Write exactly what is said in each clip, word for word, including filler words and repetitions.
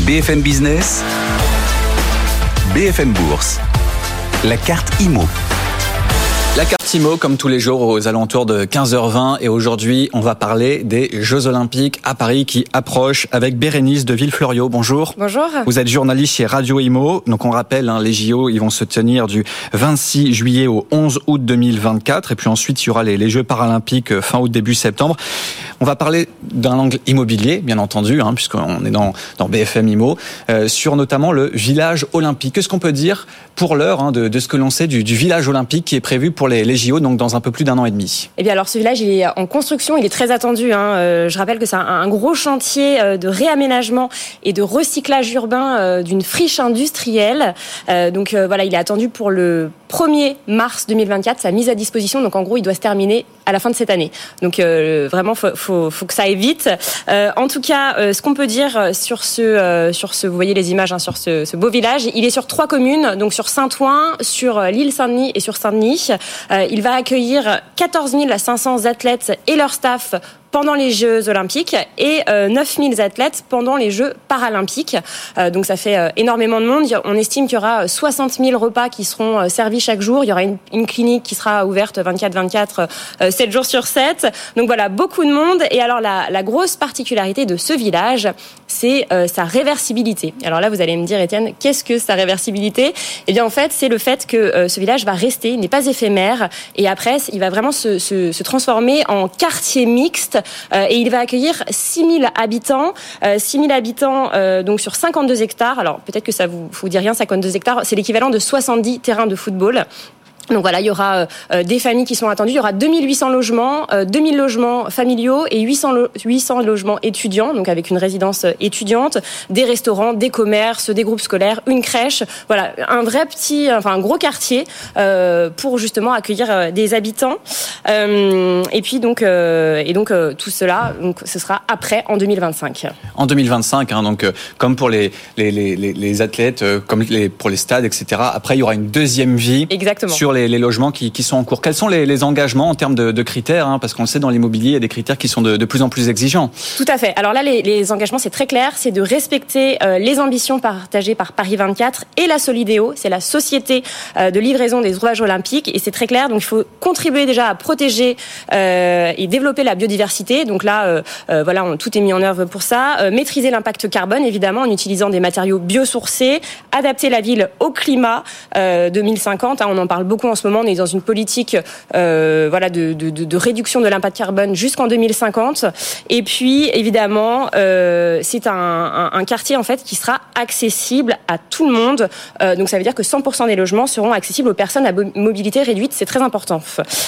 B F M Business, B F M Bourse, la carte I M O. La carte I M O, comme tous les jours, aux alentours de quinze heures vingt. Et aujourd'hui, on va parler des Jeux Olympiques à Paris qui approchent avec Bérénice de Villefloriot. Bonjour. Bonjour. Vous êtes journaliste chez Radio I M O. Donc, on rappelle, hein, les J O, ils vont se tenir du vingt-six juillet au onze août deux mille vingt-quatre. Et puis ensuite, il y aura les, les Jeux paralympiques fin août, début septembre. On va parler d'un angle immobilier, bien entendu, hein, puisqu'on est dans, dans B F M I M O, euh, sur notamment le village olympique. Qu'est-ce qu'on peut dire pour l'heure hein, de, de ce que l'on sait du, du village olympique qui est prévu pour les, les J O, donc dans un peu plus d'un an et demi? Eh bien alors ce village il est en construction, il est très attendu. Hein. Euh, je rappelle que c'est un, un gros chantier euh, de réaménagement et de recyclage urbain euh, d'une friche industrielle. Euh, donc euh, voilà, il est attendu pour le premier mars deux mille vingt-quatre, sa mise à disposition. Donc en gros, il doit se terminer à la fin de cette année. Donc euh, vraiment, faut, faut, faut que ça aille vite. Euh, en tout cas, euh, ce qu'on peut dire sur ce, euh, sur ce, vous voyez les images, hein, sur ce, ce beau village, il est sur trois communes, donc sur Saint-Ouen, sur l'île Saint-Denis et sur Saint-Denis. Euh, il va accueillir quatorze mille cinq cents athlètes et leur staff pendant les Jeux Olympiques et euh, neuf mille athlètes pendant les Jeux Paralympiques. Euh, donc ça fait euh, énormément de monde. On estime qu'il y aura soixante mille repas qui seront euh, servis chaque jour. Il y aura une, une clinique qui sera ouverte vingt-quatre vingt-quatre, euh, sept jours sur sept. Donc voilà, beaucoup de monde. Et alors la, la grosse particularité de ce village, c'est euh, sa réversibilité. Alors là, vous allez me dire, Étienne, qu'est-ce que sa réversibilité ? Eh bien en fait, c'est le fait que euh, ce village va rester, il n'est pas éphémère. Et après, il va vraiment se, se, se transformer en quartier mixte. Euh, et il va accueillir six mille habitants, euh, six mille habitants euh, donc sur cinquante-deux hectares. Alors peut-être que ça vous vous dit rien, cinquante-deux hectares, c'est l'équivalent de soixante-dix terrains de football. Donc voilà, il y aura euh, des familles qui sont attendues. Il y aura deux mille huit cents logements, euh, deux mille logements familiaux et huit cents, lo- huit cents logements étudiants, donc avec une résidence étudiante, des restaurants, des commerces, des groupes scolaires, une crèche. Voilà, un vrai petit, enfin un gros quartier euh, pour justement accueillir euh, des habitants. Euh, et puis donc, euh, et donc euh, tout cela, donc ce sera après en deux mille vingt-cinq. En deux mille vingt-cinq, hein, donc euh, comme pour les les les les athlètes, euh, comme les pour les stades, et cetera. Après, il y aura une deuxième vie. Exactement. Sur les, les logements qui, qui sont en cours. Quels sont les, les engagements en termes de, de critères hein, parce qu'on le sait, dans l'immobilier, il y a des critères qui sont de, de plus en plus exigeants. Tout à fait. Alors là, les, les engagements, c'est très clair. C'est de respecter euh, les ambitions partagées par Paris vingt-quatre et la Solideo. C'est la société euh, de livraison des ouvrages olympiques. Et c'est très clair. Donc, il faut contribuer déjà à protéger euh, et développer la biodiversité. Donc là, euh, euh, voilà, on, tout est mis en œuvre pour ça. Euh, maîtriser l'impact carbone, évidemment, en utilisant des matériaux biosourcés. Adapter la ville au climat euh, deux mille cinquante. Hein, on en parle beaucoup en ce moment. On est dans une politique euh, voilà, de, de, de réduction de l'impact carbone jusqu'en deux mille cinquante. Et puis, évidemment, euh, c'est un, un, un quartier en fait, qui sera accessible à tout le monde. Euh, donc, ça veut dire que cent pour cent des logements seront accessibles aux personnes à mobilité réduite. C'est très important.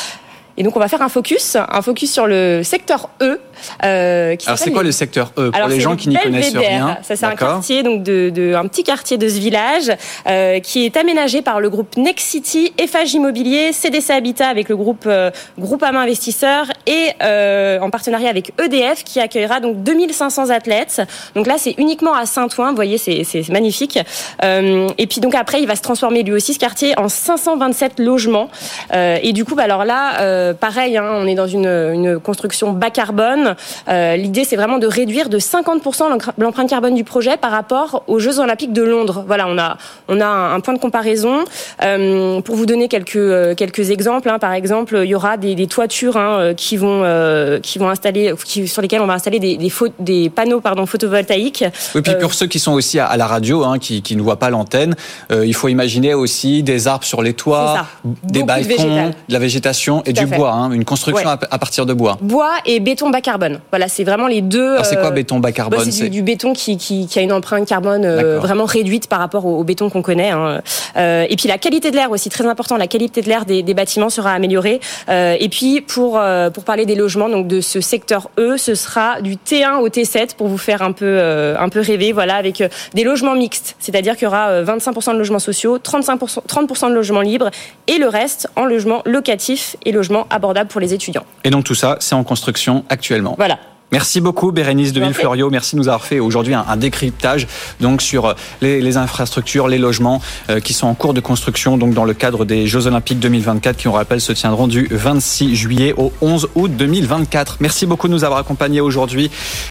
Et donc, on va faire un focus, un focus sur le secteur E. Euh, qui Alors, c'est quoi le secteur E pour Alors, les gens qui n'y connaissent rien? Ça, c'est D'accord. un quartier, donc de, de, un petit quartier de ce village euh, qui est aménagé par le groupe Next City, F H Immobilier, C D C Habitat avec le groupe euh, Groupama Investisseurs et euh, en partenariat avec E D F qui accueillera donc deux mille cinq cents athlètes. Donc là, c'est uniquement à Saint-Ouen. Vous voyez, c'est, c'est, c'est magnifique. Euh, et puis donc après, il va se transformer lui aussi ce quartier en cinq cent vingt-sept logements. Euh, et du coup, bah, alors là. Euh, Pareil, hein, on est dans une, une construction bas carbone. Euh, l'idée, c'est vraiment de réduire de cinquante pour cent l'empreinte carbone du projet par rapport aux Jeux Olympiques de Londres. Voilà, on a, on a un, un point de comparaison. Euh, pour vous donner quelques, euh, quelques exemples, hein, par exemple, il y aura des, des toitures hein, qui vont, euh, qui vont installer, qui, sur lesquelles on va installer des, des, fo- des panneaux pardon, photovoltaïques. Oui, puis pour euh, ceux qui sont aussi à, à la radio, hein, qui, qui ne voient pas l'antenne, euh, il faut imaginer aussi des arbres sur les toits, des balcons, de, de la végétation et du bois, hein, une construction ouais. à partir de bois. Bois et béton bas carbone. Voilà, c'est vraiment les deux. Alors c'est quoi béton bas carbone? bah, c'est, c'est... Du, du béton qui, qui, qui a une empreinte carbone euh, vraiment réduite par rapport au, au béton qu'on connaît. Hein. Euh, et puis la qualité de l'air aussi, très important. La qualité de l'air des, des bâtiments sera améliorée. Euh, et puis pour euh, pour parler des logements, donc de ce secteur E, ce sera du T un au T sept pour vous faire un peu euh, un peu rêver. Voilà, avec euh, des logements mixtes, c'est-à-dire qu'il y aura euh, vingt-cinq pour cent de logements sociaux, trente-cinq pour cent, trente pour cent de logements libres et le reste en logements locatifs et logements abordables pour les étudiants. Et donc tout ça, c'est en construction actuellement. Voilà. Merci beaucoup Bérénice de Villefloriot. Merci de nous avoir fait aujourd'hui un, un décryptage donc sur les, les infrastructures, les logements euh, qui sont en cours de construction donc dans le cadre des Jeux Olympiques deux mille vingt-quatre qui, on rappelle, se tiendront du vingt-six juillet au onze août deux mille vingt-quatre. Merci beaucoup de nous avoir accompagnés aujourd'hui